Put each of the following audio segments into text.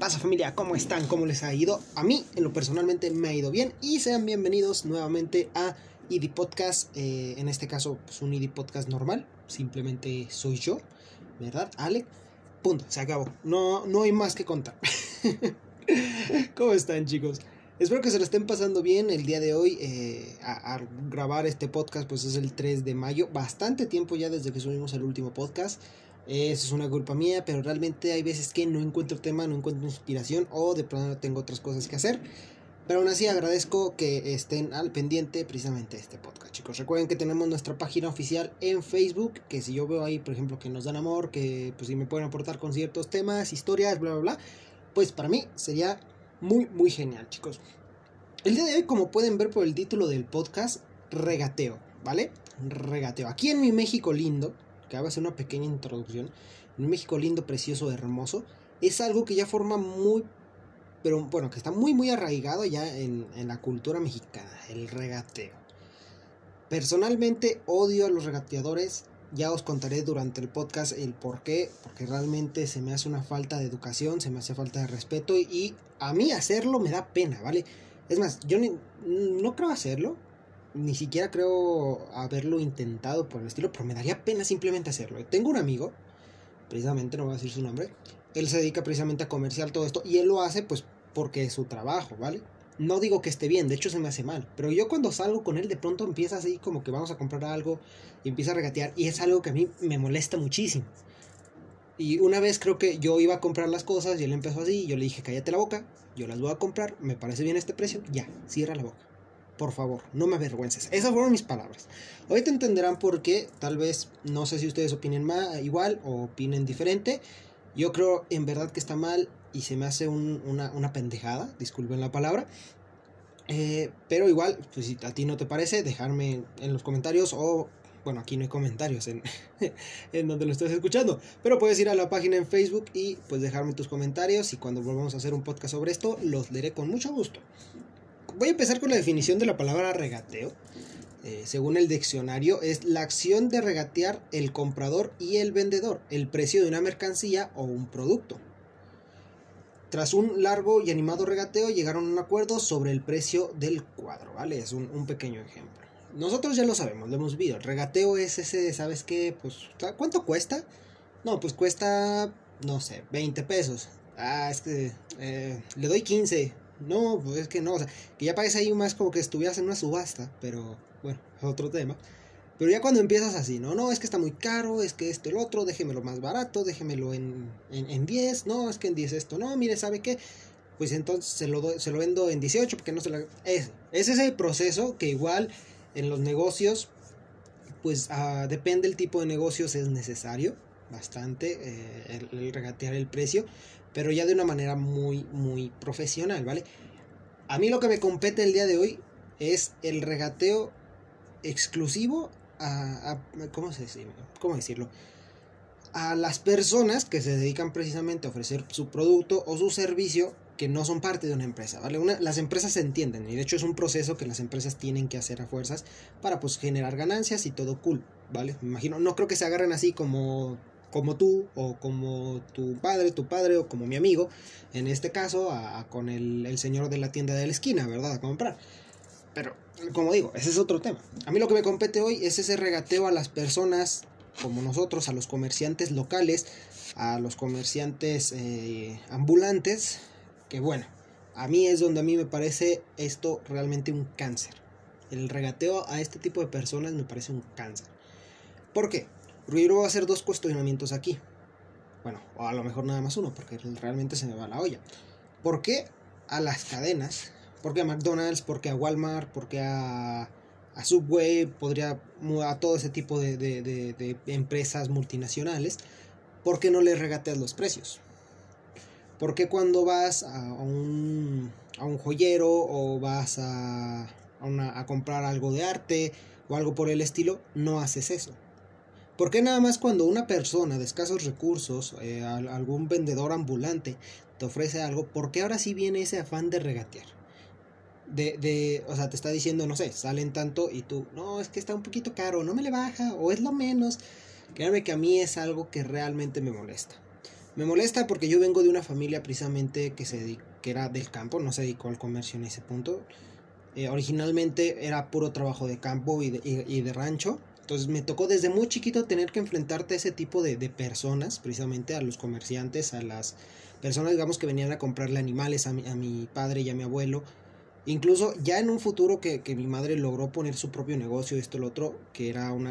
pasa, familia? ¿Cómo están? ¿Cómo les ha ido? A mí, en lo personalmente, me ha ido bien. Y sean bienvenidos nuevamente a ID Podcast. En este caso, pues un ID Podcast normal. Simplemente soy yo, ¿verdad? Ale. Punto, se acabó. No hay más que contar. ¿Cómo están, chicos? Espero que se lo estén pasando bien el día de hoy. A grabar este podcast, pues es el 3 de mayo. Bastante tiempo ya desde que subimos el último podcast. Eso es una culpa mía, pero realmente hay veces que no encuentro tema, no encuentro inspiración o de plano tengo otras cosas que hacer. Pero aún así agradezco que estén al pendiente precisamente de este podcast, chicos. Recuerden que tenemos nuestra página oficial en Facebook, que si yo veo ahí, por ejemplo, que nos dan amor, que pues si me pueden aportar con ciertos temas, historias, bla, bla, bla, pues para mí sería muy genial, chicos. El día de hoy, como pueden ver por el título del podcast, regateo, ¿vale? Regateo. Aquí en mi México lindo, que va a ser una pequeña introducción, en mi México lindo, precioso, hermoso, es algo que ya forma pero bueno, que está muy arraigado ya en la cultura mexicana, el regateo. Personalmente odio a los regateadores. Ya os contaré durante el podcast el por qué, porque realmente se me hace una falta de educación, se me hace falta de respeto y a mí hacerlo me da pena, ¿vale? Es más, yo no creo hacerlo, ni siquiera creo haberlo intentado por el estilo, pero me daría pena simplemente hacerlo. Tengo un amigo, precisamente no voy a decir su nombre, él se dedica precisamente a comercial todo esto y él lo hace pues porque es su trabajo, ¿vale? No digo que esté bien, de hecho se me hace mal, pero yo cuando salgo con él de pronto empieza así como que vamos a comprar algo y empieza a regatear y es algo que a mí me molesta muchísimo. Y una vez creo que yo iba a comprar las cosas y él empezó así y yo le dije cállate la boca, yo las voy a comprar, me parece bien este precio, ya, cierra la boca. Por favor, no me avergüences. Esas fueron mis palabras. Ahorita entenderán por qué. Tal vez, no sé si ustedes opinen igual o opinen diferente. Yo creo en verdad que está mal y se me hace una pendejada. Disculpen la palabra. Pero igual, pues si a ti no te parece, dejarme en los comentarios o... Bueno, aquí no hay comentarios en donde lo estés escuchando. Pero puedes ir a la página en Facebook y pues dejarme tus comentarios. Y cuando volvamos a hacer un podcast sobre esto, los leeré con mucho gusto. Voy a empezar con la definición de la palabra regateo. Según el diccionario, es la acción de regatear el comprador y el vendedor, el precio de una mercancía o un producto. Tras un largo y animado regateo, llegaron a un acuerdo sobre el precio del cuadro, ¿vale? Es un pequeño ejemplo. Nosotros ya lo sabemos, lo hemos visto. El regateo es ese, ¿sabes qué? Pues, ¿cuánto cuesta? No, pues cuesta, no sé, 20 pesos. Ah, es que le doy 15. No, pues es que no, o sea, que ya parece ahí más como que estuvieras en una subasta, pero bueno, es otro tema. Pero ya cuando empiezas así, no, es que está muy caro, es que esto, el otro, déjemelo más barato, déjemelo en 10, no, es que en 10 esto, no, mire, ¿sabe qué? Pues entonces se lo vendo en 18 porque no se la... Ese es el proceso que igual en los negocios, pues depende del tipo de negocios, es necesario bastante el regatear el precio, pero ya de una manera muy profesional, ¿vale? A mí lo que me compete el día de hoy es el regateo exclusivo ¿cómo decirlo? A las personas que se dedican precisamente a ofrecer su producto o su servicio que no son parte de una empresa, ¿vale? Las empresas se entienden y de hecho es un proceso que las empresas tienen que hacer a fuerzas para pues generar ganancias y todo cool, ¿vale? Me imagino, no creo que se agarren así como tú o como tu padre o como mi amigo, en este caso con el señor de la tienda de la esquina, ¿verdad? A comprar. Pero, como digo, ese es otro tema. A mí lo que me compete hoy es ese regateo a las personas como nosotros, a los comerciantes locales, a los comerciantes ambulantes, que bueno, a mí es donde a mí me parece esto realmente un cáncer. El regateo a este tipo de personas me parece un cáncer. ¿Por qué? Porque yo voy a hacer dos cuestionamientos aquí. Bueno, o a lo mejor nada más uno, porque realmente se me va la olla. ¿Por qué a las cadenas? ¿Por qué a McDonald's? ¿Por qué a Walmart? ¿Por qué a Subway? A todo ese tipo de empresas multinacionales. ¿Por qué no les regateas los precios? ¿Por qué cuando vas a un joyero o vas a comprar algo de arte o algo por el estilo, no haces eso? ¿Por qué nada más cuando una persona de escasos recursos, algún vendedor ambulante, te ofrece algo, por qué ahora sí viene ese afán de regatear? O sea, te está diciendo, no sé, salen tanto y tú, no, es que está un poquito caro, no me le baja, o es lo menos. Créanme que a mí es algo que realmente me molesta. Me molesta porque yo vengo de una familia precisamente que era del campo, no se dedicó al comercio en ese punto. Originalmente era puro trabajo de campo y de rancho. Entonces me tocó desde muy chiquito tener que enfrentarte a ese tipo de personas, precisamente a los comerciantes, a las personas, digamos, que venían a comprarle animales a mi padre y a mi abuelo. Incluso ya en un futuro que mi madre logró poner su propio negocio, esto, lo otro, que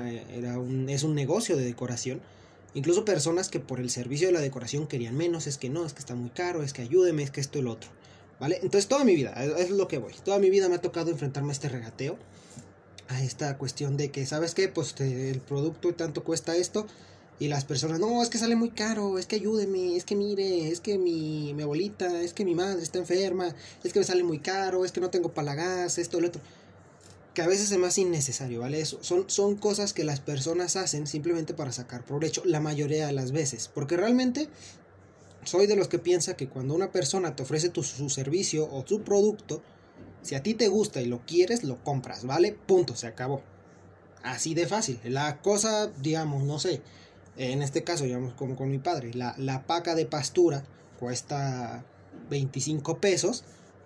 es un negocio de decoración. Incluso personas que por el servicio de la decoración querían menos, es que no, es que está muy caro, es que ayúdeme, es que esto y lo otro. ¿Vale? Entonces toda mi vida, es lo que voy. Toda mi vida me ha tocado enfrentarme a este regateo, a esta cuestión de que, ¿sabes qué? Pues el producto tanto cuesta esto. Y las personas, no, es que sale muy caro, es que ayúdeme, es que mire, es que mi abuelita, es que mi madre está enferma, es que me sale muy caro, es que no tengo para la gas, esto, lo otro. Que a veces es más innecesario, ¿vale? Son cosas que las personas hacen simplemente para sacar provecho, la mayoría de las veces. Porque realmente soy de los que piensa que cuando una persona te ofrece su servicio o su producto, si a ti te gusta y lo quieres, lo compras, ¿vale? Punto, se acabó. Así de fácil. La cosa, digamos, no sé, en este caso, digamos, como con mi padre, la paca de pastura cuesta 25 pesos.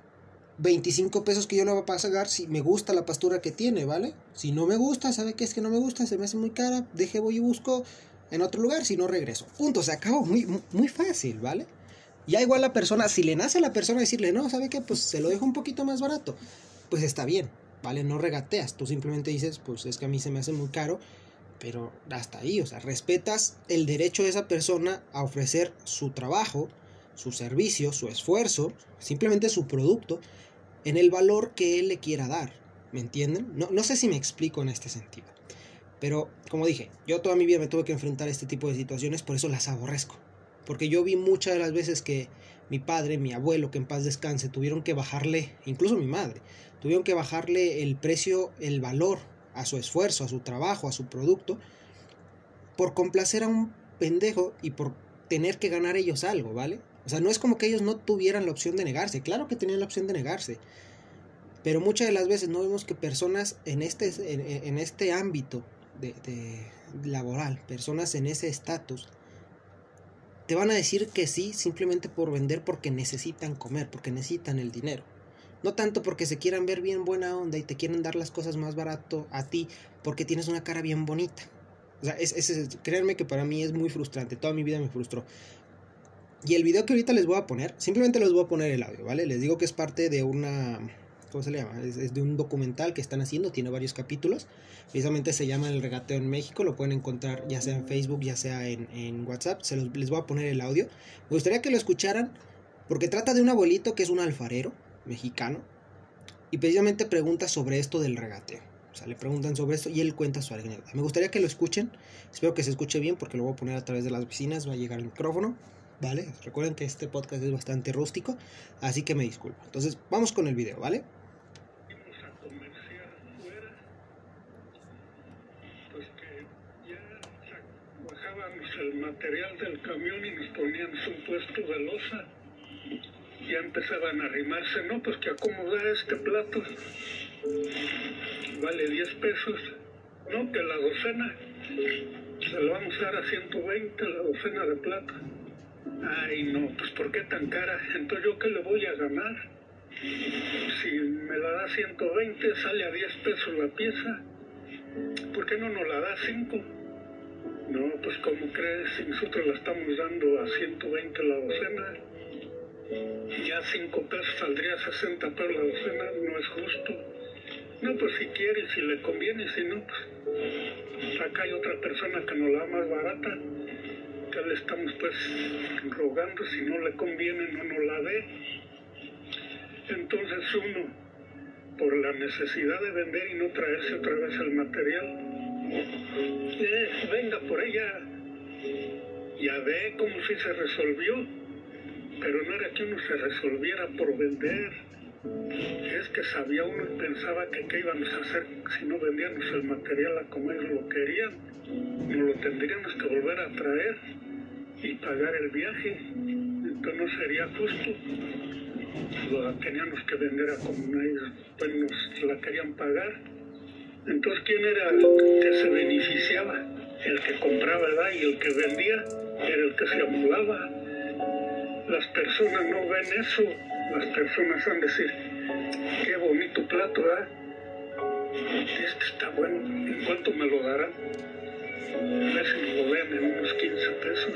25 pesos que yo le voy a pagar si me gusta la pastura que tiene, ¿vale? Si no me gusta, ¿sabe qué es que no me gusta? Se me hace muy cara, voy y busco en otro lugar, si no regreso. Punto, se acabó, muy fácil, ¿vale? Ya igual la persona, si le nace a la persona decirle, no, ¿sabe qué? Pues se lo dejo un poquito más barato, pues está bien, ¿vale? No regateas, tú simplemente dices, pues es que a mí se me hace muy caro, pero hasta ahí, o sea, respetas el derecho de esa persona a ofrecer su trabajo, su servicio, su esfuerzo, simplemente su producto, en el valor que él le quiera dar, ¿me entienden? No sé si me explico en este sentido, pero como dije, yo toda mi vida me tuve que enfrentar a este tipo de situaciones, por eso las aborrezco. Porque yo vi muchas de las veces que mi padre, mi abuelo, que en paz descanse, tuvieron que bajarle, incluso mi madre, tuvieron que bajarle el precio, el valor a su esfuerzo, a su trabajo, a su producto, por complacer a un pendejo y por tener que ganar ellos algo, ¿vale? O sea, no es como que ellos no tuvieran la opción de negarse, claro que tenían la opción de negarse, pero muchas de las veces no vemos que personas en este ámbito de laboral, personas en ese estatus, te van a decir que sí simplemente por vender, porque necesitan comer, porque necesitan el dinero. No tanto porque se quieran ver bien buena onda y te quieren dar las cosas más barato a ti porque tienes una cara bien bonita. O sea, créanme que para mí es muy frustrante, toda mi vida me frustró. Y el video que ahorita les voy a poner, simplemente les voy a poner el audio, ¿vale? Les digo que es parte de una... ¿Cómo se le llama? Es de un documental que están haciendo, tiene varios capítulos. Precisamente se llama El Regateo en México, lo pueden encontrar ya sea en Facebook, ya sea en WhatsApp. Les voy a poner el audio. Me gustaría que lo escucharan porque trata de un abuelito que es un alfarero mexicano y precisamente pregunta sobre esto del regateo. O sea, le preguntan sobre esto y él cuenta su anécdota. Me gustaría que lo escuchen, espero que se escuche bien porque lo voy a poner a través de las bocinas, va a llegar el micrófono. ¿Vale? Recuerden que este podcast es bastante rústico, así que me disculpo. Entonces, vamos con el video, ¿vale? Fuimos a comerciar fuera, pues que ya bajábamos el material del camión y nos poníamos un puesto de loza. Ya empezaban a arrimarse, no, pues que acomoda este plato, vale 10 pesos, no, que la docena, se lo vamos a dar a 120 la docena de plata. Ay, no, pues ¿por qué tan cara? Entonces ¿yo qué le voy a ganar? Si me la da 120, sale a 10 pesos la pieza. ¿Por qué no nos la da 5? No, pues ¿cómo crees? Si nosotros la estamos dando a 120 la docena, ya 5 pesos saldría 60 pesos la docena, no es justo. No, pues si quiere, si le conviene, si no, pues acá hay otra persona que nos la da más barata, que le estamos pues rogando, si no le conviene no nos la dé. Entonces uno, por la necesidad de vender y no traerse otra vez el material, venga por ella, ya ve cómo si se resolvió, pero no era que uno se resolviera por vender, es que sabía uno y pensaba que qué íbamos a hacer si no vendíamos el material a como ellos lo querían, nos lo tendríamos que volver a traer y pagar el viaje, entonces no sería justo. Lo teníamos que vender a como ellos pues nos la querían pagar. Entonces ¿quién era el que se beneficiaba? El que compraba, ¿verdad? Y el que vendía era el que se amolaba. las personas no ven eso. Las personas van a decir, qué bonito plato, ¿verdad? Este está bueno, ¿en cuánto me lo darán? A ver si me lo ven en unos 15 pesos.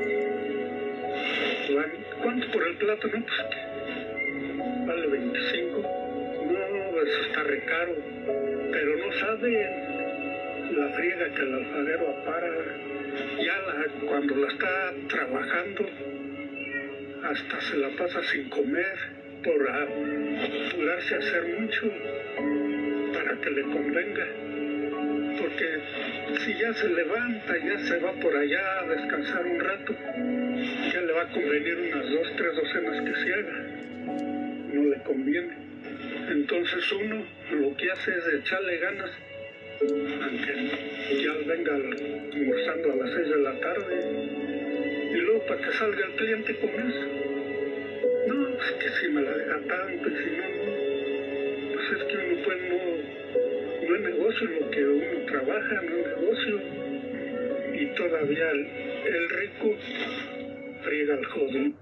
¿Cuánto por el plato? No, pues vale 25. No, eso está re caro. Pero no saben la friega que el alfarero apara. Ya cuando la está trabajando, hasta se la pasa sin comer por apurarse a hacer mucho para que le convenga. Porque si ya se levanta, ya se va por allá a descansar un rato, ya le va a convenir unas 2, 3 docenas que se haga. No le conviene. Entonces uno lo que hace es echarle ganas, aunque ya venga almorzando a las 6 de la tarde, y luego para que salga el cliente con eso. No, es que si me la deja tanto, y si no, pues es que uno pues no es negocio lo que uno trabaja, no es negocio. Y todavía el rico friega al jodido.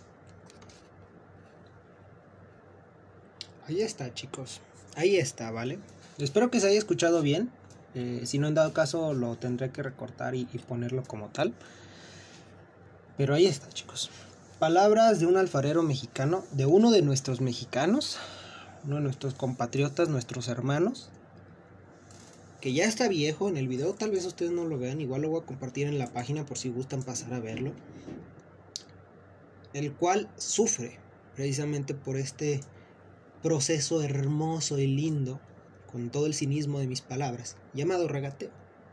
Ahí está, chicos. Ahí está, ¿vale? Espero que se haya escuchado bien. Si no, en dado caso, lo tendré que recortar y ponerlo como tal. Pero ahí está, chicos. Palabras de un alfarero mexicano, de uno de nuestros mexicanos, uno de nuestros compatriotas, nuestros hermanos, que ya está viejo. En el video tal vez ustedes no lo vean, igual lo voy a compartir en la página por si gustan pasar a verlo. El cual sufre precisamente por este proceso hermoso y lindo, con todo el cinismo de mis palabras, llamado regateo.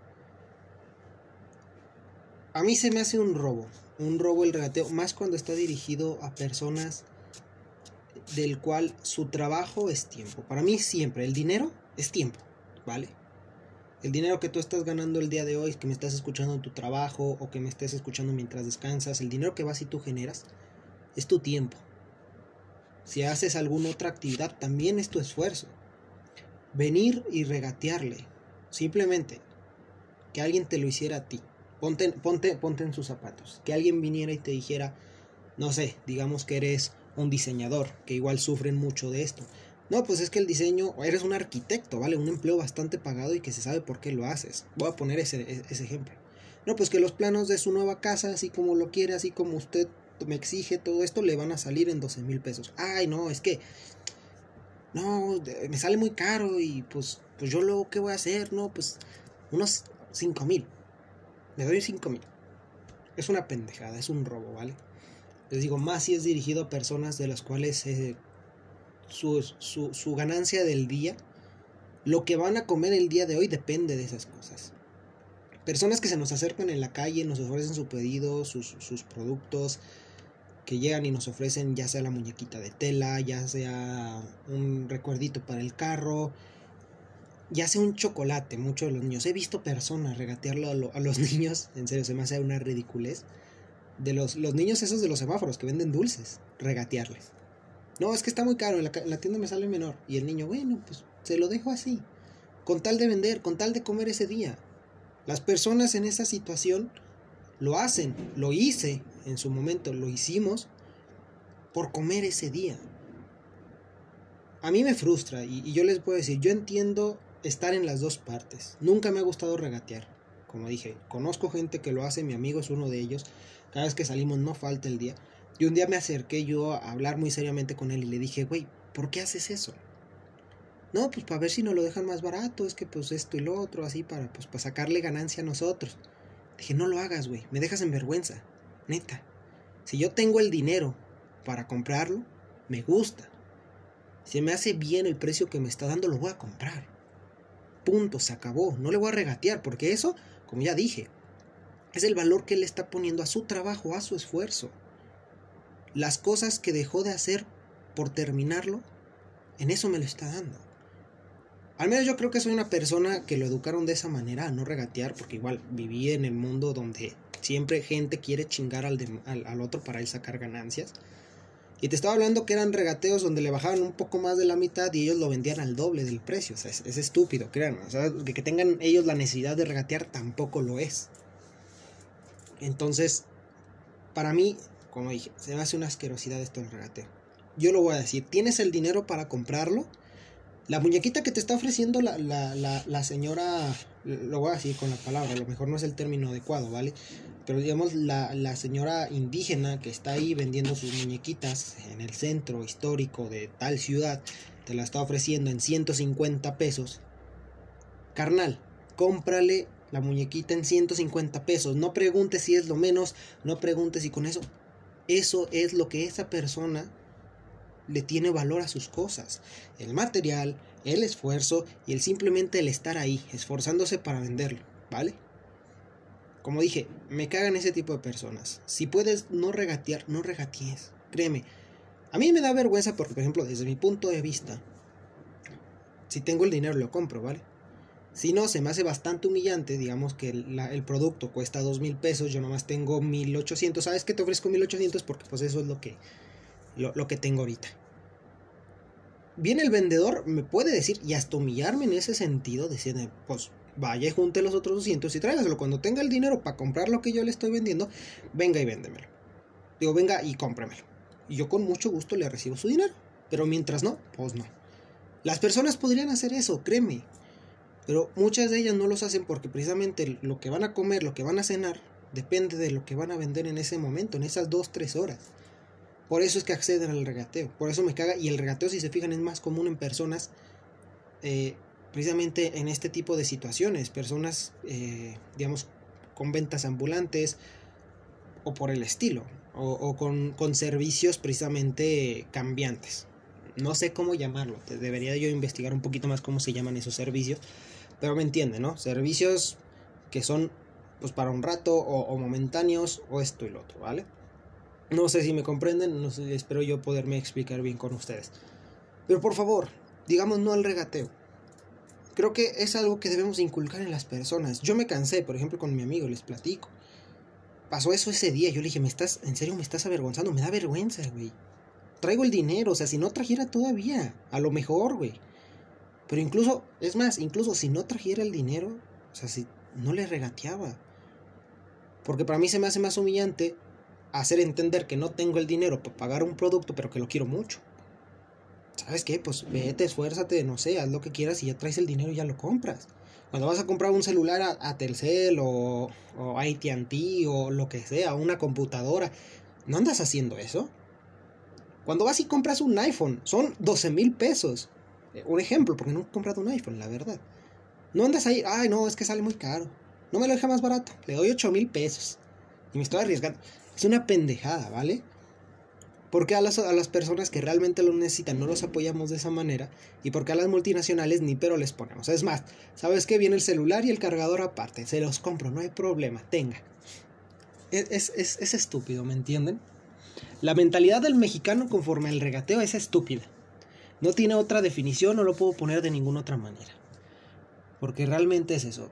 A mí se me hace un robo el regateo, más cuando está dirigido a personas del cual su trabajo es tiempo. Para mí siempre el dinero es tiempo, ¿vale? El dinero que tú estás ganando el día de hoy, que me estás escuchando en tu trabajo o que me estés escuchando mientras descansas, el dinero que vas y tú generas es tu tiempo. Si haces alguna otra actividad, también es tu esfuerzo. Venir y regatearle, simplemente que alguien te lo hiciera a ti. Ponte en sus zapatos. Que alguien viniera y te dijera, no sé, digamos que eres un diseñador, que igual sufren mucho de esto. No, pues es que el diseño, eres un arquitecto, ¿vale? Un empleo bastante pagado y que se sabe por qué lo haces. Voy a poner ese ejemplo. No, pues que los planos de su nueva casa, así como lo quiere, así como usted me exige todo esto, le van a salir en 12,000 pesos. Ay, no, es que no, me sale muy caro y pues yo luego, ¿qué voy a hacer? No, pues unos 5,000. Me doy 5,000. Es una pendejada, es un robo, ¿vale? Les digo, más si es dirigido a personas de las cuales su ganancia del día, lo que van a comer el día de hoy depende de esas cosas. Personas que se nos acercan en la calle, nos ofrecen su pedido, sus productos, que llegan y nos ofrecen ya sea la muñequita de tela, ya sea un recuerdito para el carro, ya sea un chocolate. Muchos de los niños, he visto personas regatearlo a los niños, en serio, se me hace una ridiculez, de los niños esos de los semáforos que venden dulces, regatearles. No, es que está muy caro, en la tienda me sale menor. Y el niño, bueno, pues se lo dejo así, con tal de vender, con tal de comer ese día. Las personas en esa situación lo hacen, lo hice en su momento, lo hicimos por comer ese día. A mí me frustra y yo les puedo decir, yo entiendo estar en las dos partes. Nunca me ha gustado regatear. Como dije, conozco gente que lo hace, mi amigo es uno de ellos. Cada vez que salimos no falta el día. Y un día me acerqué yo a hablar muy seriamente con él y le dije, güey, ¿por qué haces eso? No, pues para ver si nos lo dejan más barato, es que pues esto y lo otro, así para sacarle ganancia a nosotros. Dije, no lo hagas, güey, me dejas en vergüenza, neta. Si yo tengo el dinero para comprarlo, me gusta. Si me hace bien el precio que me está dando, lo voy a comprar. Punto, se acabó. No le voy a regatear, porque eso, como ya dije, es el valor que él está poniendo a su trabajo, a su esfuerzo. Las cosas que dejó de hacer por terminarlo, en eso me lo está dando. Al menos yo creo que soy una persona que lo educaron de esa manera, a no regatear, porque igual viví en el mundo donde siempre gente quiere chingar al otro para él sacar ganancias. Y te estaba hablando que eran regateos donde le bajaban un poco más de la mitad y ellos lo vendían al doble del precio. O sea, es estúpido, créanme. O sea, que tengan ellos la necesidad de regatear tampoco lo es. Entonces, para mí, como dije, se me hace una asquerosidad esto del regateo. Yo lo voy a decir, ¿tienes el dinero para comprarlo? La muñequita que te está ofreciendo la señora, lo voy a decir con la palabra, a lo mejor no es el término adecuado, ¿vale? Pero digamos la señora indígena que está ahí vendiendo sus muñequitas en el centro histórico de tal ciudad, te la está ofreciendo en 150 pesos. Carnal, cómprale la muñequita en 150 pesos. No preguntes si es lo menos, no preguntes si con eso. Eso es lo que esa persona le tiene valor a sus cosas. El material, el esfuerzo y simplemente el estar ahí, esforzándose para venderlo, ¿vale? Como dije, me cagan ese tipo de personas. Si puedes no regatear, no regatees. Créeme. A mí me da vergüenza porque, por ejemplo, desde mi punto de vista, si tengo el dinero lo compro, ¿vale? Si no, se me hace bastante humillante, digamos que el producto cuesta 2,000 pesos, yo nomás tengo 1,800. ¿Sabes qué te ofrezco 1,800? Porque pues eso es lo que tengo ahorita. Bien, el vendedor me puede decir y hasta humillarme en ese sentido, diciendo, pues vaya y junte los otros 200 y tráigaselo. Cuando tenga el dinero para comprar lo que yo le estoy vendiendo, venga y véndemelo. Digo, venga y cómpremelo. Y yo con mucho gusto le recibo su dinero. Pero mientras no, pues no. Las personas podrían hacer eso, créeme. Pero muchas de ellas no los hacen porque precisamente lo que van a comer, lo que van a cenar, depende de lo que van a vender en ese momento, en esas 2-3 horas. Por eso es que acceden al regateo. Por eso me caga. Y el regateo, si se fijan, es más común en personas, precisamente en este tipo de situaciones. Personas, digamos, con ventas ambulantes o por el estilo. O con servicios precisamente cambiantes. No sé cómo llamarlo. Debería yo investigar un poquito más cómo se llaman esos servicios. Pero me entienden, ¿no? Servicios que son pues para un rato o momentáneos o esto y lo otro, ¿vale? No sé si me comprenden, no sé, espero yo poderme explicar bien con ustedes. Pero por favor, digamos no al regateo. Creo que es algo que debemos inculcar en las personas. Yo me cansé, por ejemplo, con mi amigo, les platico. Pasó eso ese día, yo le dije, ¿en serio me estás avergonzando? Me da vergüenza, güey. Traigo el dinero, o sea, si no trajera todavía, a lo mejor, güey. Pero incluso, es más, incluso si no trajera el dinero, o sea, si no le regateaba. Porque para mí se me hace más humillante hacer entender que no tengo el dinero para pagar un producto, pero que lo quiero mucho. ¿Sabes qué? Pues vete, esfuérzate, no sé, haz lo que quieras y ya traes el dinero y ya lo compras. Cuando vas a comprar un celular a Telcel o AT&T o lo que sea, una computadora, ¿no andas haciendo eso? Cuando vas y compras un iPhone, son 12,000 pesos. Un ejemplo, porque no he comprado un iPhone, la verdad. No andas ahí, ay no, es que sale muy caro. No me lo deja más barato, le doy 8,000 pesos. Y me estoy arriesgando. Es una pendejada, ¿vale? Porque a las personas que realmente lo necesitan no los apoyamos de esa manera. Y porque a las multinacionales ni pero les ponemos. Es más, ¿sabes qué? Viene el celular y el cargador aparte. Se los compro, no hay problema, tenga. Es estúpido, ¿me entienden? La mentalidad del mexicano conforme al regateo es estúpida. No tiene otra definición, no lo puedo poner de ninguna otra manera. Porque realmente es eso.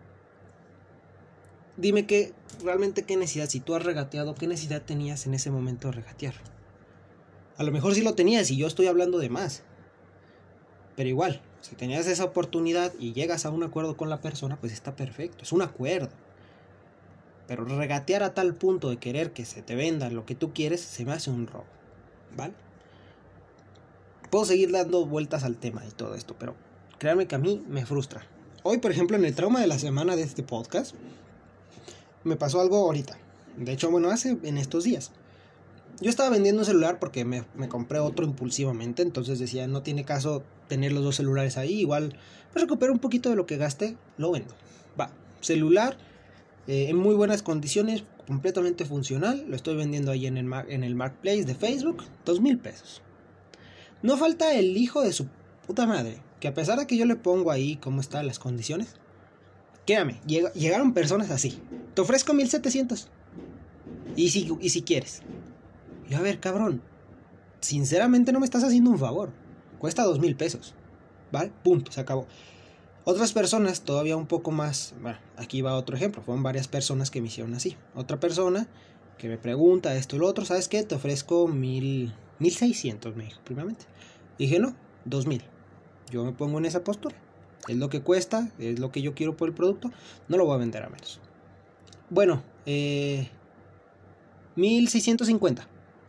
Dime realmente qué necesidad, si tú has regateado, qué necesidad tenías en ese momento de regatear. A lo mejor sí lo tenías y yo estoy hablando de más. Pero igual, si tenías esa oportunidad y llegas a un acuerdo con la persona, pues está perfecto, es un acuerdo. Pero regatear a tal punto de querer que se te venda lo que tú quieres, se me hace un robo, ¿vale? Puedo seguir dando vueltas al tema y todo esto, pero créanme que a mí me frustra. Hoy, por ejemplo, en el trauma de la semana de este podcast, me pasó algo ahorita. De hecho, bueno, en estos días. Yo estaba vendiendo un celular porque me compré otro impulsivamente. Entonces decía, no tiene caso tener los dos celulares ahí. Igual, pues recupero un poquito de lo que gasté, lo vendo. Va, celular en muy buenas condiciones, completamente funcional. Lo estoy vendiendo ahí en el marketplace de Facebook, 2,000 pesos. No falta el hijo de su puta madre, que a pesar de que yo le pongo ahí cómo están las condiciones, créame, llegaron personas así. Te ofrezco 1,700. Y si quieres. Y a ver, cabrón, sinceramente no me estás haciendo un favor. Cuesta 2,000 pesos. ¿Vale? Punto, se acabó. Otras personas todavía un poco más. Bueno, aquí va otro ejemplo. Fueron varias personas que me hicieron así. Otra persona que me pregunta esto y lo otro. ¿Sabes qué? Te ofrezco 1,600, me dijo primeramente. Dije no, 2,000. Yo me pongo en esa postura. Es lo que cuesta, es lo que yo quiero por el producto. No lo voy a vender a menos. Bueno, 1,650.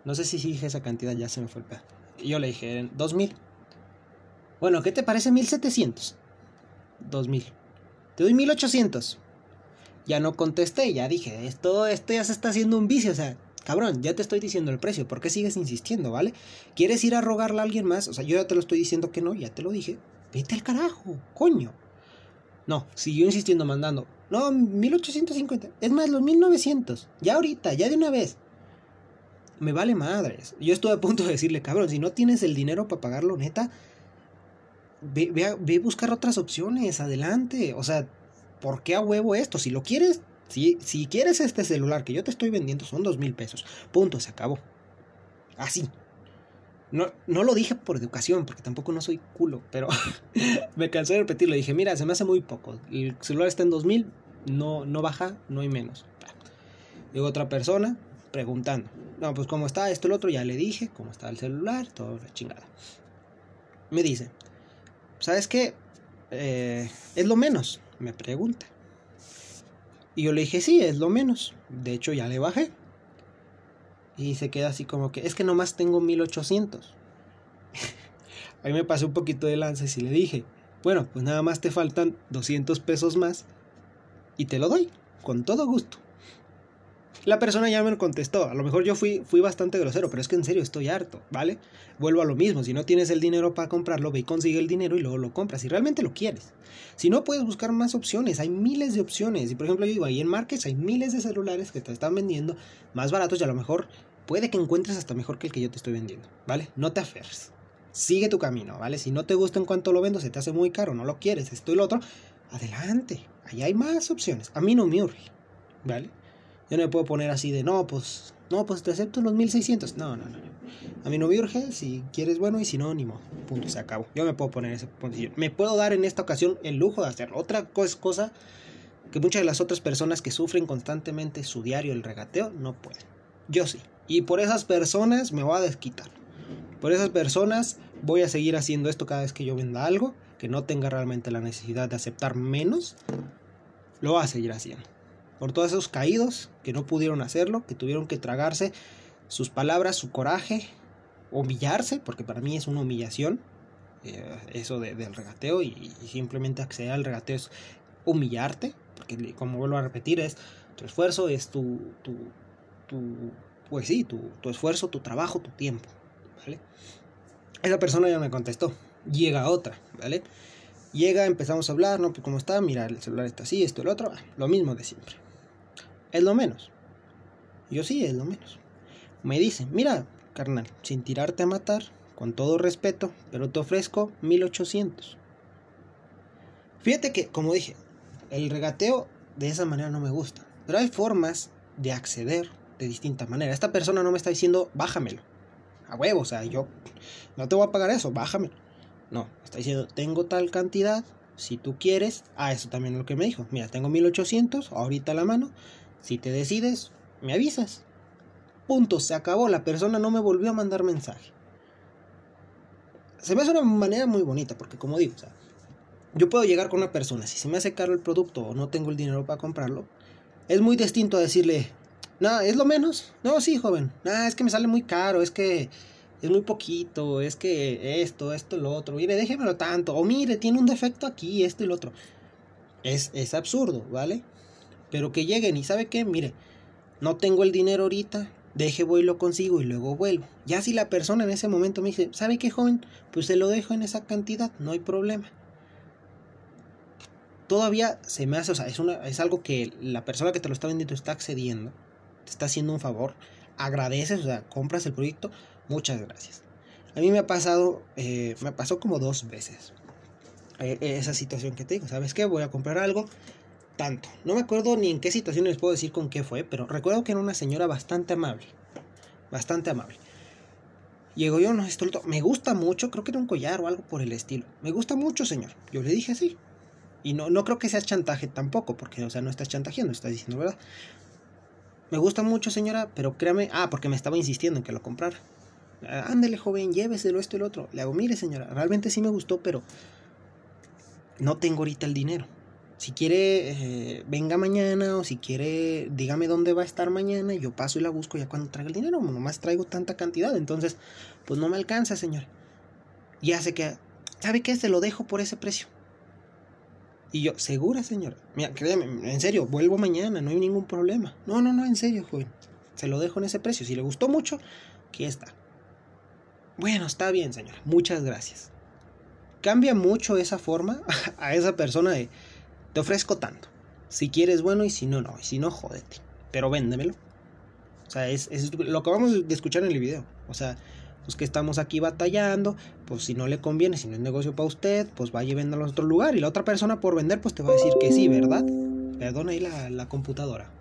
No sé si dije esa cantidad, ya se me fue el pedo. Y yo le dije, 2,000. Bueno, ¿qué te parece 1,700? 2,000. Te doy 1,800. Ya no contesté, ya dije, esto ya se está haciendo un vicio, o sea, cabrón, ya te estoy diciendo el precio, ¿por qué sigues insistiendo, vale? ¿Quieres ir a rogarle a alguien más? O sea, yo ya te lo estoy diciendo que no, ya te lo dije. Vete al carajo, coño. No, siguió insistiendo, mandando. No, 1,850. Es más, los 1,900. Ya ahorita, ya de una vez. Me vale madres. Yo estuve a punto de decirle, cabrón, si no tienes el dinero para pagarlo, neta, ve a buscar otras opciones, adelante. O sea, ¿por qué a huevo esto? Si lo quieres, si quieres este celular que yo te estoy vendiendo, son 2,000 pesos. Punto, se acabó. Así. No lo dije por educación, porque tampoco no soy culo, pero me cansé de repetirlo. Dije, mira, se me hace muy poco. El celular está en 2,000, no baja, no hay menos. Llegó otra persona preguntando. No, pues cómo está esto, el otro, ya le dije, cómo está el celular, todo la chingada. Me dice, ¿sabes qué? Es lo menos, me pregunta. Y yo le dije, sí, es lo menos. De hecho, ya le bajé. Y se queda así como que, es que nomás tengo 1,800. A mí me pasó un poquito de lanza y le dije, bueno, pues nada más te faltan 200 pesos más y te lo doy, con todo gusto. La persona ya me lo contestó, a lo mejor yo fui bastante grosero, pero es que en serio estoy harto, ¿vale? Vuelvo a lo mismo, si no tienes el dinero para comprarlo, ve y consigue el dinero y luego lo compras, si realmente lo quieres. Si no, puedes buscar más opciones, hay miles de opciones. Y por ejemplo, yo digo, ahí en Markets hay miles de celulares que te están vendiendo más baratos y a lo mejor puede que encuentres hasta mejor que el que yo te estoy vendiendo, ¿vale? No te aferres. Sigue tu camino, ¿vale? Si no te gusta en cuanto lo vendo, se te hace muy caro, no lo quieres, esto y lo otro, adelante, ahí hay más opciones. A mí no me urge, ¿vale? Yo no me puedo poner así de, no, pues te acepto los 1,600. No. A mí no me urge, si quieres bueno y si no, ni modo. Punto, se acabó. Yo me puedo poner ese posición. Me puedo dar en esta ocasión el lujo de hacerlo. Otra cosa que muchas de las otras personas que sufren constantemente su diario, el regateo, no pueden. Yo sí. Y por esas personas me voy a desquitar. Por esas personas voy a seguir haciendo esto cada vez que yo venda algo, que no tenga realmente la necesidad de aceptar menos, lo voy a seguir haciendo. Por todos esos caídos que no pudieron hacerlo, que tuvieron que tragarse sus palabras, su coraje, humillarse, porque para mí es una humillación, eso del regateo, y simplemente acceder al regateo es humillarte, porque como vuelvo a repetir, es tu esfuerzo, es tu esfuerzo, tu trabajo, tu tiempo, ¿vale? Esa persona ya me contestó. Llega otra, ¿vale? Llega, empezamos a hablar, ¿no? Pues cómo está, mira, el celular está así, esto, el otro, lo mismo de siempre. Es lo menos. Yo sí, es lo menos. Me dice, mira, carnal, sin tirarte a matar, con todo respeto, pero te ofrezco 1,800. Fíjate que, como dije, el regateo de esa manera no me gusta, pero hay formas de acceder de distinta manera. Esta persona no me está diciendo, bájamelo. A huevo, o sea, yo no te voy a pagar eso, bájamelo. No, me está diciendo, tengo tal cantidad, si tú quieres, eso también es lo que me dijo. Mira, tengo 1,800, ahorita a la mano, si te decides, me avisas. Punto, se acabó, la persona no me volvió a mandar mensaje. Se me hace una manera muy bonita, porque como digo, o sea, yo puedo llegar con una persona, si se me hace caro el producto o no tengo el dinero para comprarlo, es muy distinto a decirle, no, es lo menos. No, sí, joven, es que me sale muy caro, es que es muy poquito, es que esto, lo otro, mire, déjemelo tanto, o mire, tiene un defecto aquí, esto y lo otro. Es absurdo, ¿vale? Pero que lleguen y ¿sabe qué? Mire, no tengo el dinero ahorita, voy y lo consigo y luego vuelvo. Ya si la persona en ese momento me dice, ¿sabe qué, joven? Pues se lo dejo en esa cantidad, no hay problema. Todavía se me hace, o sea, es algo que la persona que te lo está vendiendo está accediendo, te está haciendo un favor, agradeces, o sea, compras el proyecto, muchas gracias. A mí me pasó como 2 veces esa situación que te digo, ¿sabes qué? Voy a comprar algo, tanto. No me acuerdo ni en qué situación les puedo decir con qué fue, pero recuerdo que era una señora bastante amable. Bastante amable. Llego yo, me gusta mucho, creo que era un collar o algo por el estilo. Me gusta mucho, señor. Yo le dije sí. Y no creo que sea chantaje tampoco, porque, o sea, no estás chantajeando, estás diciendo verdad. Me gusta mucho, señora, pero créame, porque me estaba insistiendo en que lo comprara. Ándele, joven, lléveselo, esto y lo otro. Le hago, mire, señora, realmente sí me gustó, pero no tengo ahorita el dinero. Si quiere, venga mañana, o si quiere, dígame dónde va a estar mañana, y yo paso y la busco ya cuando traiga el dinero. Nomás traigo tanta cantidad, entonces, pues no me alcanza, señor. Y hace que, ¿sabe qué? Se lo dejo por ese precio. Y yo, ¿segura, señora? Mira, créeme, en serio, vuelvo mañana, no hay ningún problema. No, en serio, joven. Se lo dejo en ese precio. Si le gustó mucho, aquí está. Bueno, está bien, señora. Muchas gracias. Cambia mucho esa forma a esa persona de, te ofrezco tanto. Si quieres, bueno, y si no, no. Y si no, jódete. Pero véndemelo. O sea, es lo que vamos a escuchar en el video. O sea, pues que estamos aquí batallando, pues si no le conviene, si no es negocio para usted, pues vaya y véndalo a otro lugar. Y la otra persona por vender, pues te va a decir que sí, ¿verdad? Perdona ahí la computadora.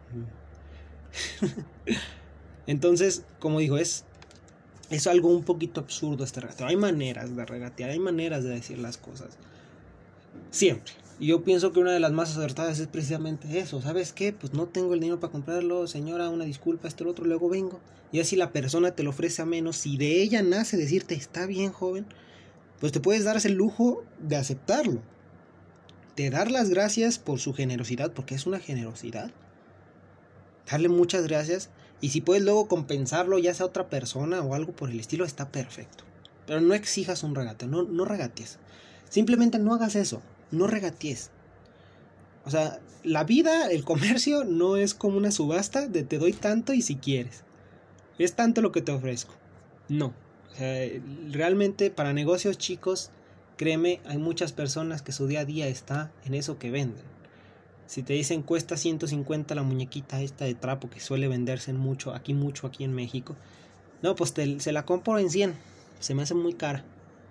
Entonces, como digo, es algo un poquito absurdo este regateo. Hay maneras de regatear, hay maneras de decir las cosas. Siempre. Y yo pienso que una de las más acertadas es precisamente eso. ¿Sabes qué? Pues no tengo el dinero para comprarlo, señora, una disculpa, esto, lo otro, luego vengo. Y así la persona te lo ofrece a menos. Si de ella nace decirte, está bien, joven, pues te puedes dar ese lujo de aceptarlo. De dar las gracias por su generosidad, porque es una generosidad. Darle muchas gracias. Y si puedes luego compensarlo, ya sea otra persona o algo por el estilo, está perfecto. Pero no exijas un regateo, no regatees. Simplemente no hagas eso. No regatees. O sea, la vida, el comercio no es como una subasta de te doy tanto y si quieres. Es tanto lo que te ofrezco. No. O sea, realmente para negocios chicos, créeme, hay muchas personas que su día a día está en eso que venden. Si te dicen cuesta 150 la muñequita esta de trapo que suele venderse mucho aquí en México. No, pues se la compro en 100. Se me hace muy cara.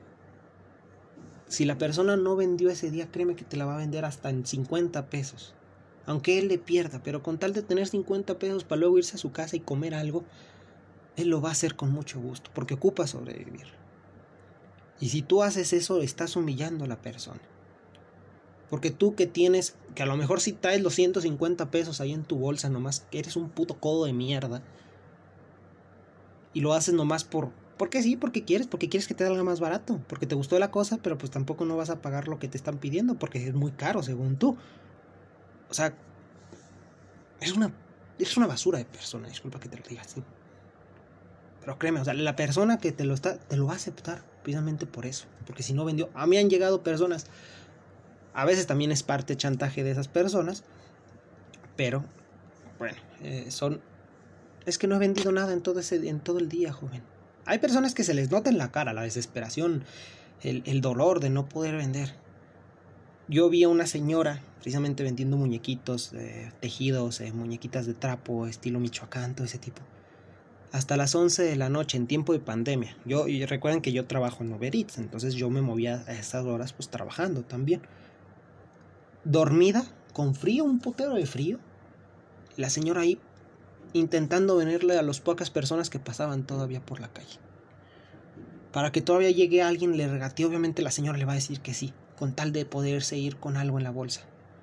Si la persona no vendió ese día, créeme que te la va a vender hasta en 50 pesos. Aunque él le pierda, pero con tal de tener 50 pesos para luego irse a su casa y comer algo, él lo va a hacer con mucho gusto, porque ocupa sobrevivir. Y si tú haces eso, estás humillando a la persona. Porque tú que tienes, que a lo mejor si traes los 150 pesos ahí en tu bolsa, nomás que eres un puto codo de mierda, y lo haces nomás porque sí, porque quieres que te salga más barato, porque te gustó la cosa, pero pues tampoco no vas a pagar lo que te están pidiendo, porque es muy caro según tú. O sea, es una basura de persona, disculpa que te lo diga así. Pero créeme, o sea, la persona que te lo va a aceptar precisamente por eso, porque si no vendió, a mí han llegado personas, a veces también es parte de chantaje de esas personas, pero bueno, es que no he vendido nada en todo el día, joven. Hay personas que se les nota en la cara la desesperación, el dolor de no poder vender. Yo vi a una señora precisamente vendiendo muñequitos, tejidos, muñequitas de trapo, estilo Michoacán, todo ese tipo. Hasta las 11 de la noche, en tiempo de pandemia. Y recuerden que yo trabajo en Uber Eats, entonces yo me movía a esas horas pues trabajando también. Dormida, con frío, un potero de frío. La señora ahí intentando venderle a las pocas personas que pasaban todavía por la calle. Para que todavía llegue alguien, le regatee, obviamente la señora le va a decir que sí, con tal de poderse ir con algo en la bolsa.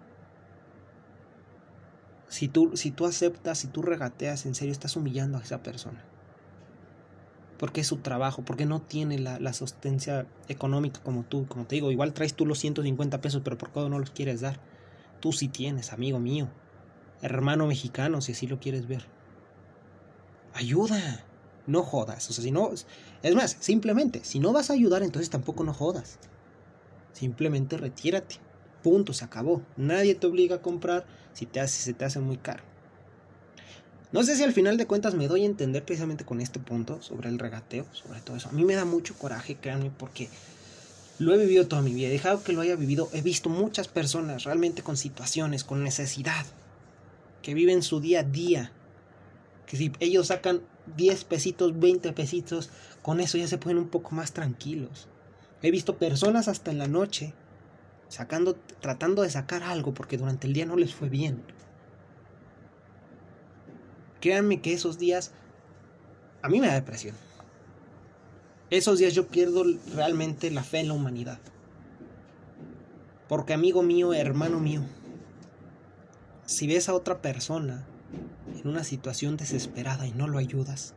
Si tú aceptas, si tú regateas, en serio estás humillando a esa persona. Porque es su trabajo, porque no tiene la sostencia económica como tú. Como te digo, igual traes tú los 150 pesos, pero por qué no los quieres dar. Tú sí tienes, amigo mío, hermano mexicano, si así lo quieres ver. Ayuda, no jodas. O sea, si no, es más, simplemente, si no vas a ayudar, entonces tampoco no jodas. Simplemente retírate. Punto, se acabó. Nadie te obliga a comprar si se te hace muy caro. No sé si al final de cuentas me doy a entender precisamente con este punto sobre el regateo, sobre todo eso. A mí me da mucho coraje, créanme, porque lo he vivido toda mi vida. He dejado que lo haya vivido. He visto muchas personas realmente con situaciones, con necesidad, que viven su día a día. Que si ellos sacan 10 pesitos, 20 pesitos, con eso ya se ponen un poco más tranquilos. He visto personas hasta en la noche tratando de sacar algo porque durante el día no les fue bien. Créanme que esos días a mí me da depresión. Esos días yo pierdo realmente la fe en la humanidad. Porque amigo mío, hermano mío, si ves a otra persona en una situación desesperada y no lo ayudas,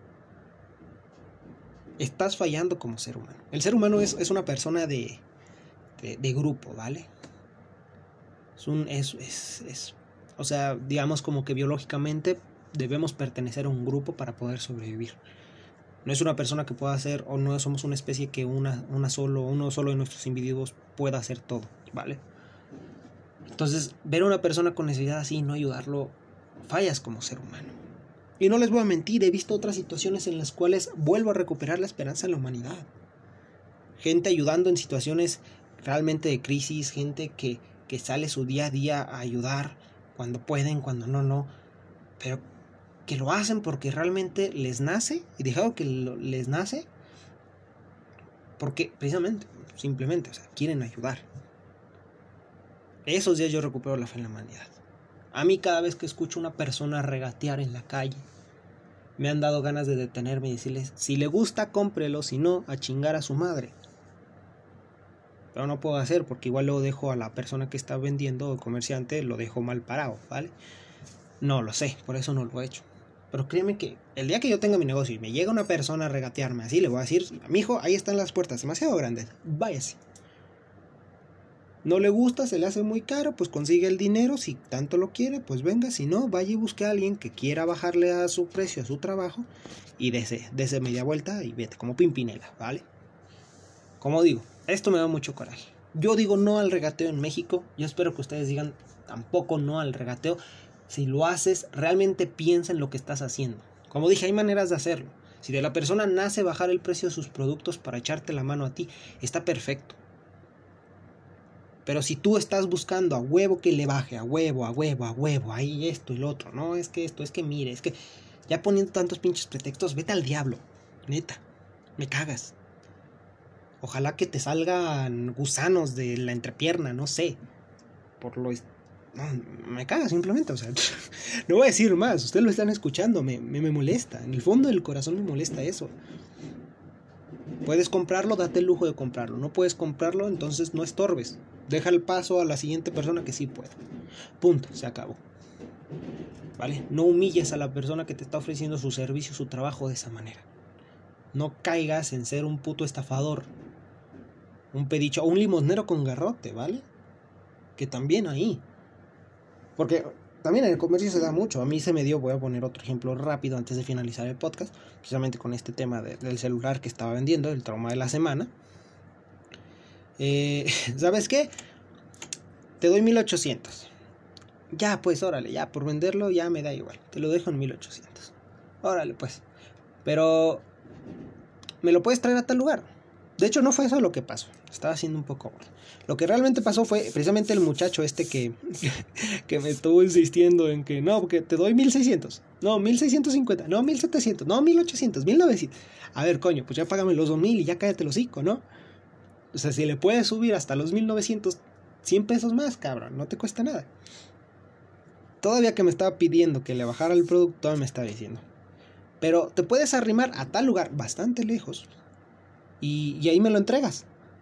estás fallando como ser humano. El ser humano es una persona de grupo, ¿vale? O sea, digamos como que biológicamente debemos pertenecer a un grupo para poder sobrevivir. No es una persona que pueda hacer, o no somos una especie que uno solo de nuestros individuos pueda hacer todo, ¿vale? Entonces, ver a una persona con necesidad así y no ayudarlo, fallas como ser humano. Y no les voy a mentir, he visto otras situaciones en las cuales vuelvo a recuperar la esperanza en la humanidad. Gente ayudando en situaciones realmente de crisis, gente que sale su día a día a ayudar cuando pueden, cuando no, pero que lo hacen porque realmente les nace, y dejado que les nace, porque precisamente, simplemente, o sea, quieren ayudar. Esos días yo recupero la fe en la humanidad. A mí cada vez que escucho a una persona regatear en la calle, me han dado ganas de detenerme y decirles, si le gusta, cómprelo, si no, a chingar a su madre. Pero no puedo hacer porque igual lo dejo a la persona que está vendiendo, o comerciante, lo dejo mal parado, ¿vale? No lo sé, por eso no lo he hecho. Pero créeme que el día que yo tenga mi negocio y me llega una persona a regatearme así, le voy a decir, mijo, ahí están las puertas, demasiado grandes, váyase. No le gusta, se le hace muy caro, pues consigue el dinero, si tanto lo quiere, pues venga, si no, vaya y busque a alguien que quiera bajarle a su precio, a su trabajo, y dese media vuelta y vete, como Pimpinela, ¿vale? Como digo, esto me da mucho coraje. Yo digo no al regateo en México, yo espero que ustedes digan tampoco no al regateo. Si lo haces, realmente piensa en lo que estás haciendo. Como dije, hay maneras de hacerlo. Si de la persona nace bajar el precio de sus productos para echarte la mano a ti, está perfecto. Pero si tú estás buscando a huevo que le baje, a huevo, ahí esto y lo otro, no, es que esto, es que mire, es que ya poniendo tantos pinches pretextos, vete al diablo, neta, me cagas. Ojalá que te salgan gusanos de la entrepierna, no sé, no, me caga simplemente, o sea, no voy a decir más, ustedes lo están escuchando, me molesta, en el fondo del corazón me molesta eso. Puedes comprarlo, date el lujo de comprarlo. No puedes comprarlo, entonces no estorbes. Deja el paso a la siguiente persona que sí pueda. Punto, se acabó. ¿Vale? No humilles a la persona que te está ofreciendo su servicio, su trabajo de esa manera. No caigas en ser un puto estafador, un pedicho, o un limosnero con garrote, ¿vale? Que también ahí. Porque también en el comercio se da mucho. A mí se me dio, voy a poner otro ejemplo rápido antes de finalizar el podcast, precisamente con este tema del celular que estaba vendiendo, el trauma de la semana. ¿Sabes qué? Te doy 1800. Ya, pues, órale, ya, por venderlo ya me da igual. Te lo dejo en 1800. Órale, pues. Pero me lo puedes traer a tal lugar. De hecho, no fue eso lo que pasó. Estaba haciendo un poco... Lo que realmente pasó fue precisamente el muchacho que me estuvo insistiendo en que no, porque te doy 1600, no, 1650, no, 1700, no, 1800, 1900. A ver, coño, pues ya págame los 2000 y ya cállate el hocico, ¿no? O sea, si le puedes subir hasta los 1900, 100 pesos más, cabrón, no te cuesta nada. Todavía que me estaba pidiendo que le bajara el producto, todavía me estaba diciendo, pero te puedes arrimar a tal lugar bastante lejos y ahí me lo entregas.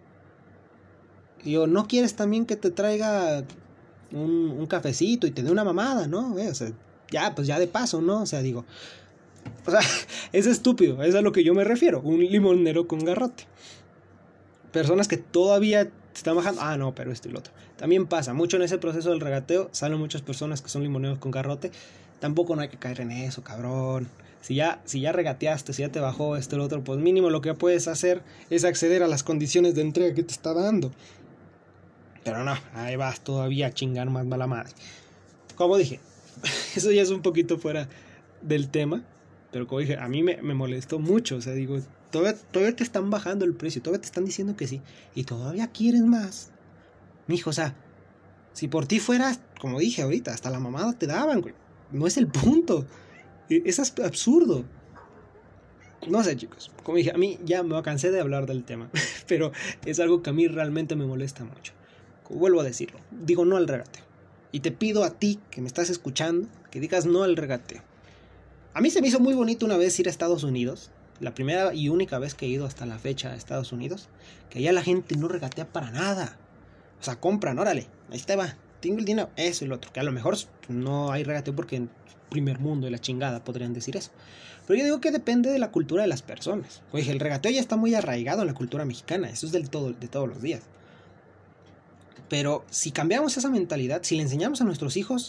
Y yo, ¿no quieres también que te traiga un cafecito y te dé una mamada, ¿no? O sea, ya, pues ya de paso, ¿no? O sea, digo, o sea, es estúpido, es a lo que yo me refiero, un limonero con garrote. Personas que todavía te están bajando, no, pero esto y lo otro. También pasa, mucho en ese proceso del regateo, salen muchas personas que son limoneros con garrote, tampoco no hay que caer en eso, cabrón. Si ya regateaste, si ya te bajó esto y lo otro, pues mínimo lo que puedes hacer es acceder a las condiciones de entrega que te está dando. Pero no, ahí vas todavía a chingar más mala madre. Como dije, eso ya es un poquito fuera del tema. Pero como dije, a mí me molestó mucho. O sea, digo, todavía te están bajando el precio, todavía te están diciendo que sí. Y todavía quieres más. Mijo, o sea, si por ti fueras, como dije ahorita, hasta la mamada te daban, güey. No es el punto. Es absurdo. No sé, chicos. Como dije, a mí ya me cansé de hablar del tema. Pero es algo que a mí realmente me molesta mucho. Vuelvo a decirlo, digo no al regateo. Y te pido a ti, que me estás escuchando, que digas no al regateo. A mí se me hizo muy bonito una vez ir a Estados Unidos, la primera y única vez que he ido hasta la fecha a Estados Unidos, que allá la gente no regatea para nada. O sea, compran, órale, ahí te va, tengo el dinero, eso y lo otro. Que a lo mejor no hay regateo porque en primer mundo y la chingada podrían decir eso. Pero yo digo que depende de la cultura de las personas. Oye, el regateo ya está muy arraigado en la cultura mexicana, eso es de todos los días. Pero si cambiamos esa mentalidad, si le enseñamos a nuestros hijos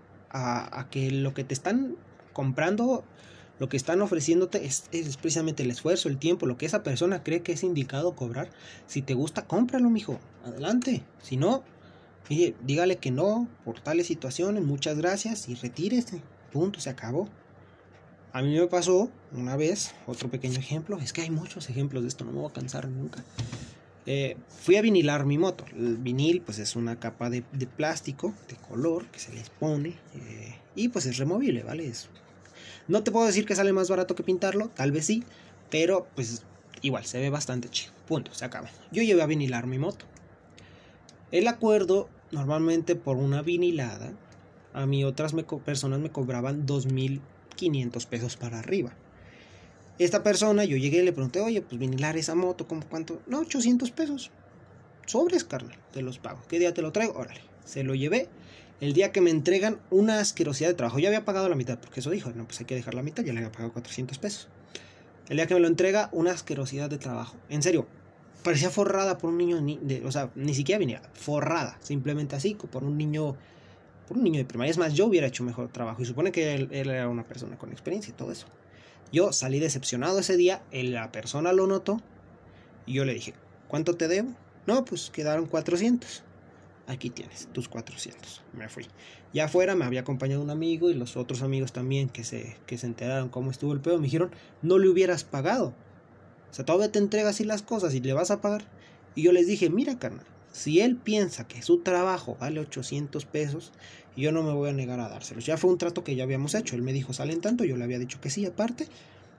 a que lo que te están comprando, lo que están ofreciéndote es precisamente el esfuerzo, el tiempo, lo que esa persona cree que es indicado cobrar. Si te gusta, cómpralo, mijo, adelante. Si no, dígale que no por tales situaciones, muchas gracias y retírese. Punto, se acabó. A mí me pasó una vez, otro pequeño ejemplo, es que hay muchos ejemplos de esto, no me voy a cansar nunca. Fui a vinilar mi moto. El vinil pues es una capa de plástico de color que se les pone y pues es removible, ¿vale? No te puedo decir que sale más barato que pintarlo, tal vez sí, pero pues igual se ve bastante chido. Punto, se acaba. Yo llevé a vinilar mi moto. El acuerdo normalmente por una vinilada, a mí otras personas me cobraban 2,500 pesos para arriba. Esta persona, yo llegué y le pregunté, oye, pues vinilar esa moto, ¿cómo cuánto? No, 800 pesos. Sobres, carnal, te los pago. ¿Qué día te lo traigo? Órale. Se lo llevé. El día que me entregan, una asquerosidad de trabajo. Yo había pagado la mitad, porque eso dijo, no, pues hay que dejar la mitad, ya le había pagado 400 pesos. El día que me lo entrega, una asquerosidad de trabajo. En serio, parecía forrada por un niño, o sea, ni siquiera venía, forrada, simplemente así, por un niño de primaria. Es más, yo hubiera hecho mejor trabajo, y supone que él era una persona con experiencia y todo eso. Yo salí decepcionado ese día, la persona lo notó, y yo le dije, ¿cuánto te debo? No, pues quedaron 400. Aquí tienes tus 400. Me fui. Ya afuera me había acompañado un amigo y los otros amigos también que se enteraron cómo estuvo el pedo. Me dijeron, no le hubieras pagado. O sea, todavía te entregas así las cosas y le vas a pagar. Y yo les dije, mira, carnal, si él piensa que su trabajo vale 800 pesos, yo no me voy a negar a dárselos. Ya fue un trato que ya habíamos hecho. Él me dijo, salen tanto, yo le había dicho que sí, aparte.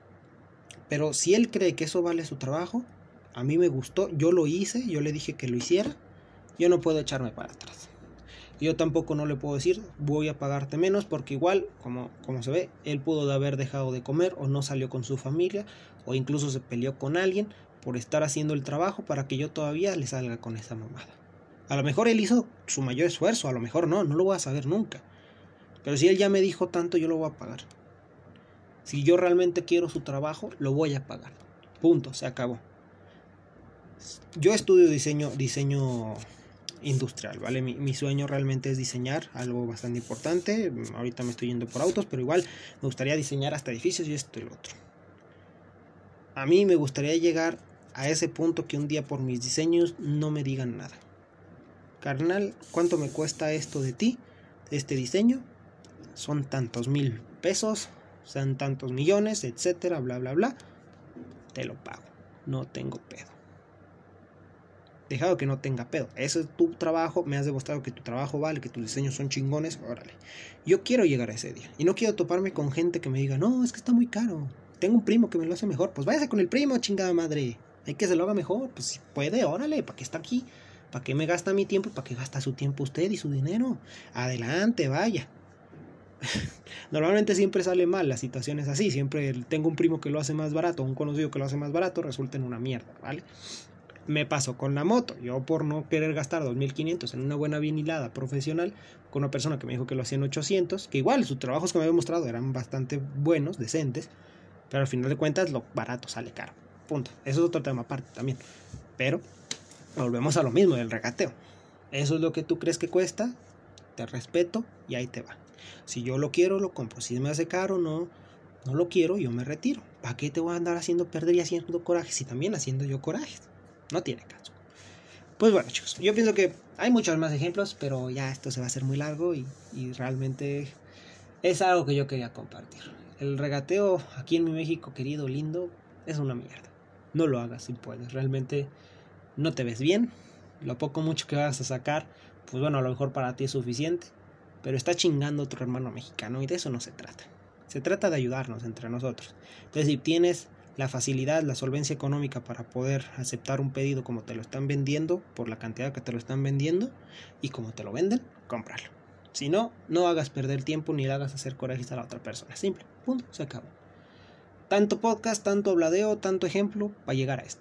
Pero si él cree que eso vale su trabajo, a mí me gustó, yo lo hice, yo le dije que lo hiciera. Yo no puedo echarme para atrás. Yo tampoco no le puedo decir, voy a pagarte menos, porque igual, como se ve, él pudo haber dejado de comer, o no salió con su familia, o incluso se peleó con alguien por estar haciendo el trabajo para que yo todavía le salga con esa mamada. A lo mejor él hizo su mayor esfuerzo, a lo mejor no lo voy a saber nunca. Pero si él ya me dijo tanto, yo lo voy a pagar. Si yo realmente quiero su trabajo, lo voy a pagar. Punto, se acabó. Yo estudio diseño industrial, ¿vale? Mi sueño realmente es diseñar algo bastante importante. Ahorita me estoy yendo por autos, pero igual me gustaría diseñar hasta edificios y esto y lo otro. A mí me gustaría llegar a ese punto que un día por mis diseños no me digan nada. Carnal, ¿cuánto me cuesta esto de ti? Este diseño son tantos 1,000 pesos, son tantos millones, etcétera, bla bla bla. Te lo pago, no tengo pedo. Dejado que no tenga pedo. Eso es tu trabajo, me has demostrado que tu trabajo vale, que tus diseños son chingones, órale. Yo quiero llegar a ese día. Y no quiero toparme con gente que me diga, no, es que está muy caro. Tengo un primo que me lo hace mejor. Pues váyase con el primo, chingada madre. Hay que se lo haga mejor. Pues si puede, órale, ¿para qué está aquí? ¿Para qué me gasta mi tiempo? ¿Para qué gasta su tiempo usted y su dinero? Adelante, vaya. Normalmente siempre sale mal las situaciones así. Siempre tengo un primo que lo hace más barato, un conocido que lo hace más barato, resulta en una mierda, ¿vale? Me pasó con la moto. Yo, por no querer gastar 2,500 en una buena vinilada profesional, con una persona que me dijo que lo hacía en 800, que igual sus trabajos que me había mostrado eran bastante buenos, decentes, pero al final de cuentas lo barato sale caro. Punto. Eso es otro tema aparte también. Pero volvemos a lo mismo del regateo. Eso es lo que tú crees que cuesta, te respeto y ahí te va. Si yo lo quiero, lo compro. Si me hace caro, no lo quiero, yo me retiro. ¿Para qué te voy a andar haciendo perder y haciendo corajes? Y también haciendo yo corajes. No tiene caso. Pues bueno, chicos, yo pienso que hay muchos más ejemplos, pero ya esto se va a hacer muy largo y realmente es algo que yo quería compartir. El regateo aquí en mi México querido, lindo, es una mierda. No lo hagas si puedes. Realmente no te ves bien. Lo poco mucho que vas a sacar, pues bueno, a lo mejor para ti es suficiente, pero está chingando a otro hermano mexicano y de eso no se trata. Se trata de ayudarnos entre nosotros. Entonces, si tienes la facilidad, la solvencia económica para poder aceptar un pedido como te lo están vendiendo, por la cantidad que te lo están vendiendo y como te lo venden, cómpralo. Si no, no hagas perder tiempo ni le hagas hacer corajes a la otra persona. Simple, punto, se acabó. Tanto podcast, tanto habladeo, tanto ejemplo para llegar a esto.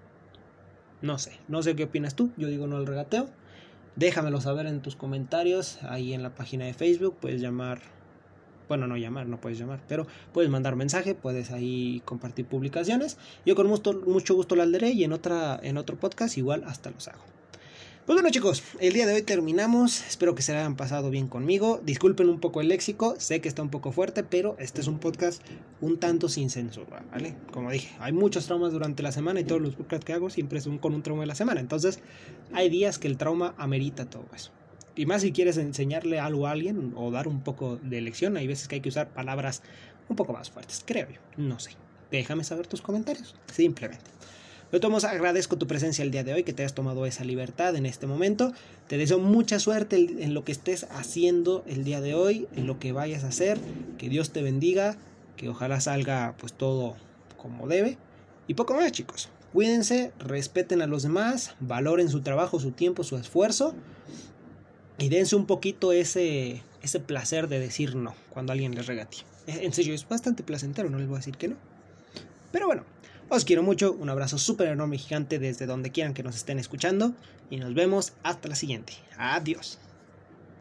No sé qué opinas tú. Yo digo no al regateo. Déjamelo saber en tus comentarios ahí en la página de Facebook. Puedes llamar. Bueno, no puedes llamar, pero puedes mandar mensaje, puedes ahí compartir publicaciones. Yo con mucho gusto las leeré y en otro podcast igual hasta los hago. Pues bueno, chicos, el día de hoy terminamos. Espero que se la hayan pasado bien conmigo. Disculpen un poco el léxico, sé que está un poco fuerte, pero este es un podcast un tanto sin censura, ¿vale? Como dije, hay muchos traumas durante la semana y todos los podcasts que hago siempre son con un trauma de la semana. Entonces, hay días que el trauma amerita todo eso. Y más si quieres enseñarle algo a alguien o dar un poco de lección, hay veces que hay que usar palabras un poco más fuertes, creo yo. No sé. Déjame saber tus comentarios, simplemente. De todos modos, agradezco tu presencia el día de hoy, que te hayas tomado esa libertad en este momento. Te deseo mucha suerte en lo que estés haciendo el día de hoy, en lo que vayas a hacer. Que Dios te bendiga, que ojalá salga pues todo como debe. Y poco más, chicos. Cuídense, respeten a los demás, valoren su trabajo, su tiempo, su esfuerzo. Y dense un poquito ese placer de decir no cuando alguien les regatea. En serio, es bastante placentero, no les voy a decir que no. Pero bueno. Os quiero mucho, un abrazo súper enorme y gigante desde donde quieran que nos estén escuchando y nos vemos hasta la siguiente. Adiós.